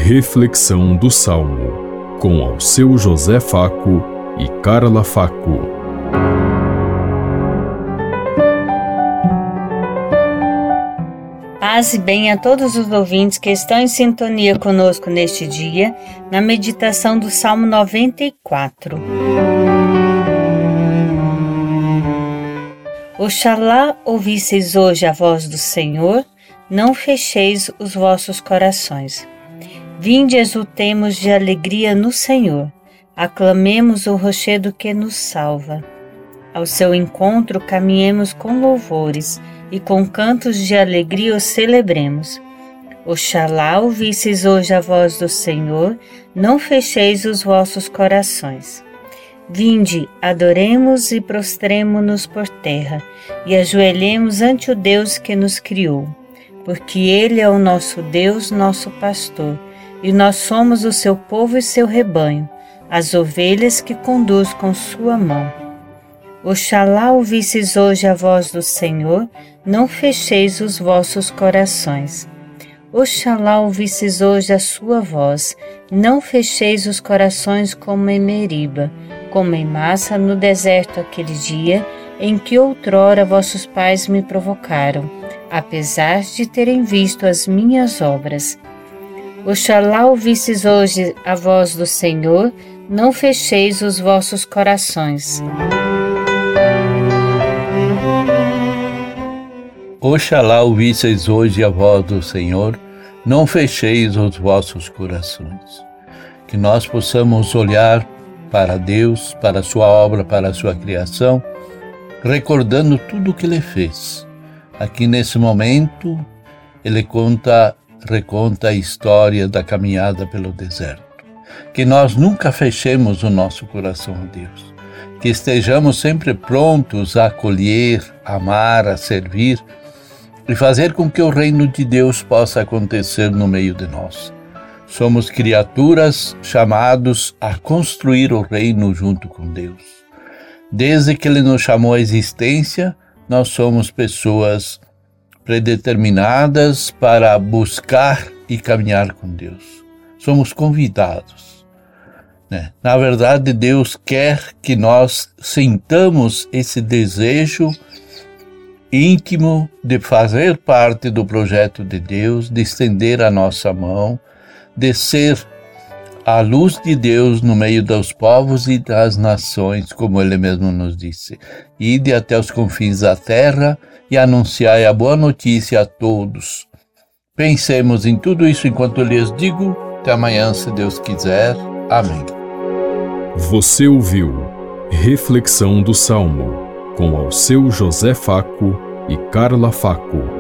Reflexão do Salmo, com Alceu José Faco e Carla Faco. Paz e bem a todos os ouvintes que estão em sintonia conosco neste dia, na meditação do Salmo 94. Oxalá ouvisseis hoje a voz do Senhor, não fecheis os vossos corações. Vinde, exultemos de alegria no Senhor, aclamemos o rochedo que nos salva. Ao seu encontro caminhemos com louvores e com cantos de alegria o celebremos. Oxalá ouvisseis hoje a voz do Senhor, não fecheis os vossos corações. Vinde, adoremos e prostremo-nos por terra e ajoelhemos ante o Deus que nos criou, porque Ele é o nosso Deus, nosso pastor, e nós somos o seu povo e seu rebanho, as ovelhas que conduz com sua mão. Oxalá ouvisseis hoje a voz do Senhor, não fecheis os vossos corações. Oxalá ouvisseis hoje a sua voz, não fecheis os corações como em Meriba, como em Massa no deserto aquele dia em que outrora vossos pais me provocaram, apesar de terem visto as minhas obras. Oxalá ouvisseis hoje a voz do Senhor, não fecheis os vossos corações. Oxalá ouvisseis hoje a voz do Senhor, não fecheis os vossos corações. Que nós possamos olhar para Deus, para a sua obra, para a sua criação, recordando tudo o que Ele fez. Aqui nesse momento, Ele reconta a história da caminhada pelo deserto. Que nós nunca fechemos o nosso coração a Deus. Que estejamos sempre prontos a acolher, a amar, a servir e fazer com que o reino de Deus possa acontecer no meio de nós. Somos criaturas chamados a construir o reino junto com Deus. Desde que Ele nos chamou à existência, nós somos pessoas predeterminadas para buscar e caminhar com Deus. Somos convidados, né? Na verdade, Deus quer que nós sintamos esse desejo íntimo de fazer parte do projeto de Deus, de estender a nossa mão, de ser a luz de Deus no meio dos povos e das nações, como Ele mesmo nos disse. Ide até os confins da terra e anunciai a boa notícia a todos. Pensemos em tudo isso enquanto eu lhes digo. Até amanhã, se Deus quiser. Amém. Você ouviu Reflexão do Salmo, com Alceu José Faco e Carla Faco.